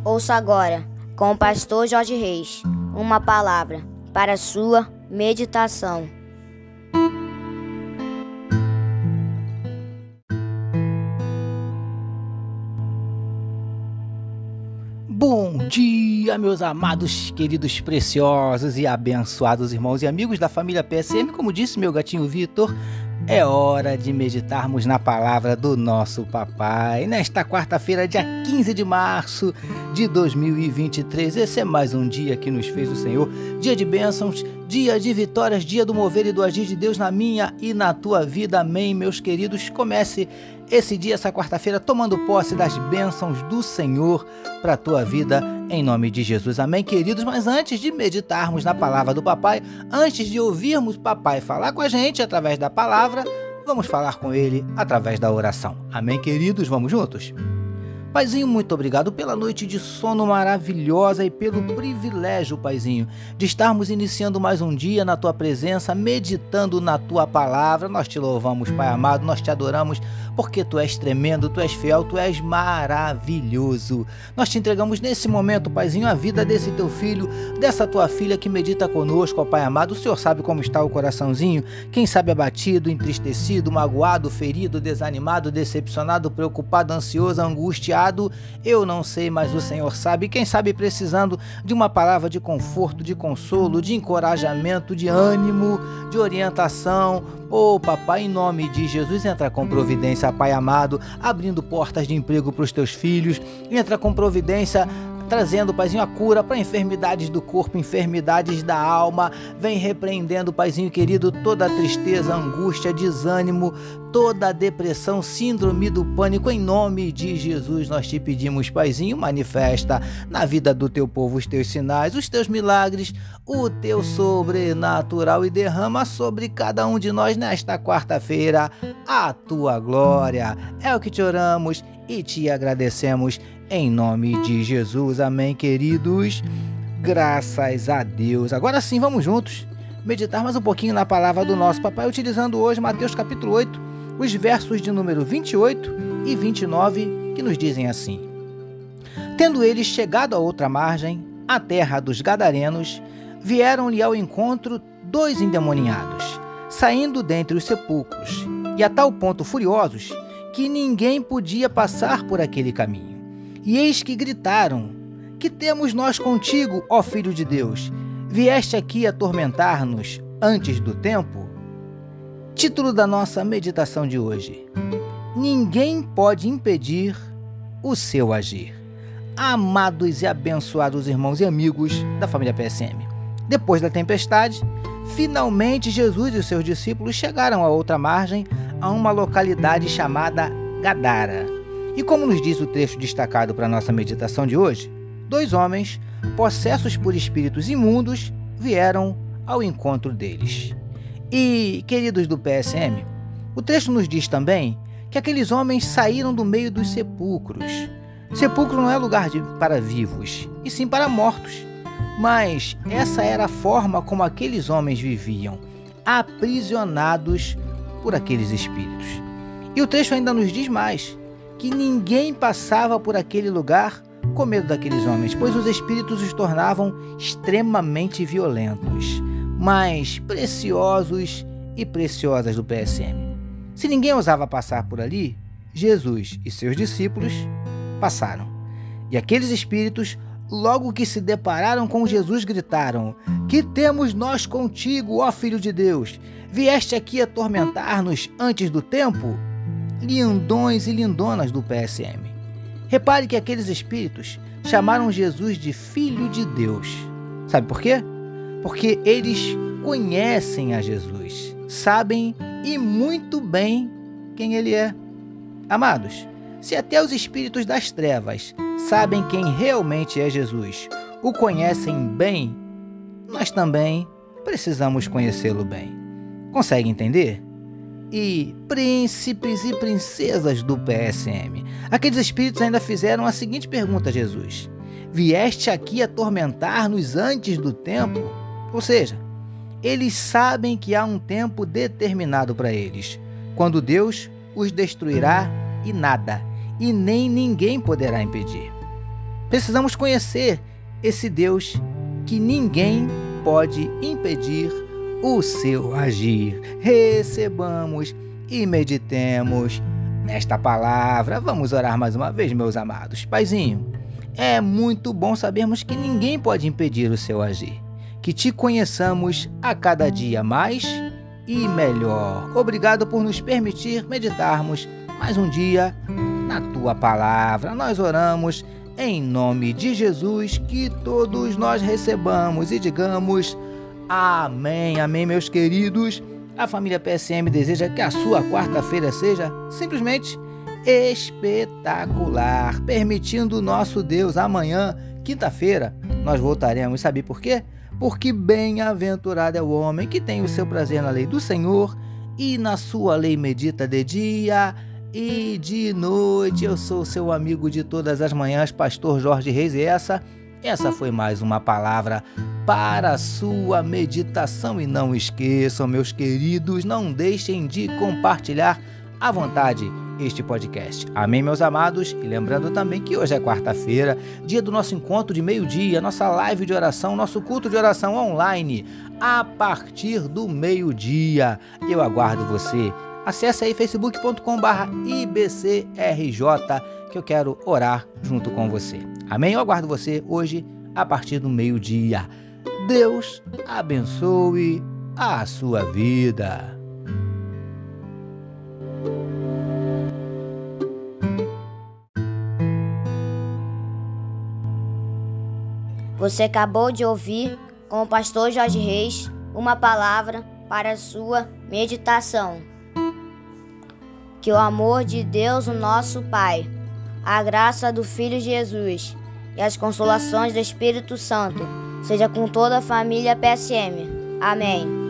Ouça agora, com o pastor Jorge Reis, uma palavra para a sua meditação. Bom dia, meus amados, queridos, preciosos e abençoados irmãos e amigos da família PSM. Como disse meu gatinho Vitor, é hora de meditarmos na palavra do nosso papai. Nesta quarta-feira, dia 15 de março de 2023. Esse é mais um dia que nos fez o Senhor. Dia de bênçãos, dia de vitórias, dia do mover e do agir de Deus na minha e na tua vida. Amém, meus queridos. Comece esse dia, essa quarta-feira, tomando posse das bênçãos do Senhor para a tua vida, em nome de Jesus. Amém, queridos? Mas antes de meditarmos na palavra do papai, antes de ouvirmos o papai falar com a gente através da palavra, vamos falar com ele através da oração. Amém, queridos? Vamos juntos? Paizinho, muito obrigado pela noite de sono maravilhosa e pelo privilégio, Paizinho, de estarmos iniciando mais um dia na Tua presença, meditando na Tua palavra. Nós te louvamos, Pai amado, nós te adoramos, porque Tu és tremendo, Tu és fiel, Tu és maravilhoso. Nós te entregamos nesse momento, Paizinho, a vida desse Teu filho, dessa Tua filha que medita conosco, ó Pai amado. O Senhor sabe como está o coraçãozinho, quem sabe abatido, entristecido, magoado, ferido, desanimado, decepcionado, preocupado, ansioso, angustiado. Eu não sei, mas o Senhor sabe. Quem sabe precisando de uma palavra de conforto, de consolo, de encorajamento, de ânimo, de orientação. Ô papai, em nome de Jesus, entra com providência, Pai amado, abrindo portas de emprego para os teus filhos. Entra com providência, trazendo, Paizinho, a cura para enfermidades do corpo, enfermidades da alma. Vem repreendendo, Paizinho querido, toda a tristeza, angústia, desânimo, toda a depressão, síndrome do pânico. Em nome de Jesus nós te pedimos, Paizinho, manifesta na vida do teu povo os teus sinais, os teus milagres, o teu sobrenatural, e derrama sobre cada um de nós nesta quarta-feira a tua glória. É o que te oramos e te agradecemos em nome de Jesus. Amém, queridos? Graças a Deus. Agora sim, vamos juntos meditar mais um pouquinho na palavra do nosso papai, utilizando hoje Mateus capítulo 8, os versos de número 28 e 29, que nos dizem assim: Tendo eles chegado à outra margem, a terra dos Gadarenos, vieram-lhe ao encontro 2 endemoniados, saindo dentre os sepulcros, e a tal ponto furiosos, que ninguém podia passar por aquele caminho. E eis que gritaram: Que temos nós contigo, ó Filho de Deus? Vieste aqui atormentar-nos antes do tempo? Título da nossa meditação de hoje: Ninguém pode impedir o seu agir. Amados e abençoados irmãos e amigos da família PSM, depois da tempestade, finalmente Jesus e os seus discípulos chegaram à outra margem, a uma localidade chamada Gadara. E como nos diz o trecho destacado para a nossa meditação de hoje, 2 homens, possessos por espíritos imundos, vieram ao encontro deles. E, queridos do PSM, o trecho nos diz também que aqueles homens saíram do meio dos sepulcros. Sepulcro não é lugar para vivos, e sim para mortos. Mas essa era a forma como aqueles homens viviam, aprisionados por aqueles espíritos. E o trecho ainda nos diz mais, que ninguém passava por aquele lugar com medo daqueles homens, pois os espíritos os tornavam extremamente violentos, mas preciosos e preciosas do PSM. Se ninguém ousava passar por ali, Jesus e seus discípulos passaram. E aqueles espíritos, logo que se depararam com Jesus, gritaram: Que temos nós contigo, ó Filho de Deus? Vieste aqui atormentar-nos antes do tempo? Lindões e lindonas do PSM. Repare que aqueles espíritos chamaram Jesus de Filho de Deus. Sabe por quê? Porque eles conhecem a Jesus, sabem e muito bem quem ele é. Amados, se até os espíritos das trevas sabem quem realmente é Jesus, o conhecem bem, nós também precisamos conhecê-lo bem. Consegue entender? E príncipes e princesas do PSM, aqueles espíritos ainda fizeram a seguinte pergunta a Jesus: Vieste aqui atormentar-nos antes do tempo? Ou seja, eles sabem que há um tempo determinado para eles, quando Deus os destruirá e nada, e nem ninguém poderá impedir. Precisamos conhecer esse Deus que ninguém pode impedir o seu agir. Recebamos e meditemos nesta palavra. Vamos orar mais uma vez, meus amados. Paizinho, é muito bom sabermos que ninguém pode impedir o seu agir. Que te conheçamos a cada dia mais e melhor. Obrigado por nos permitir meditarmos mais um dia na tua palavra. Nós oramos em nome de Jesus, que todos nós recebamos e digamos amém. Amém, meus queridos. A família PSM deseja que a sua quarta-feira seja simplesmente espetacular, permitindo o nosso Deus. Amanhã, quinta-feira, nós voltaremos. Sabe por quê? Porque bem-aventurado é o homem que tem o seu prazer na lei do Senhor e na sua lei medita de dia e de noite. Eu sou seu amigo de todas as manhãs, pastor Jorge Reis, e essa foi mais uma palavra para a sua meditação. E não esqueçam, meus queridos, não deixem de compartilhar à vontade este podcast. Amém, meus amados? E lembrando também que hoje é quarta-feira, dia do nosso encontro de meio-dia, nossa live de oração, nosso culto de oração online, a partir do meio-dia. Eu aguardo você. Acesse aí facebook.com/ibcrj, que eu quero orar junto com você. Amém? Eu aguardo você hoje a partir do meio-dia. Deus abençoe a sua vida. Você acabou de ouvir com o pastor Jorge Reis uma palavra para a sua meditação. Que o amor de Deus, o nosso Pai, a graça do Filho Jesus e as consolações do Espírito Santo seja com toda a família PSM. Amém.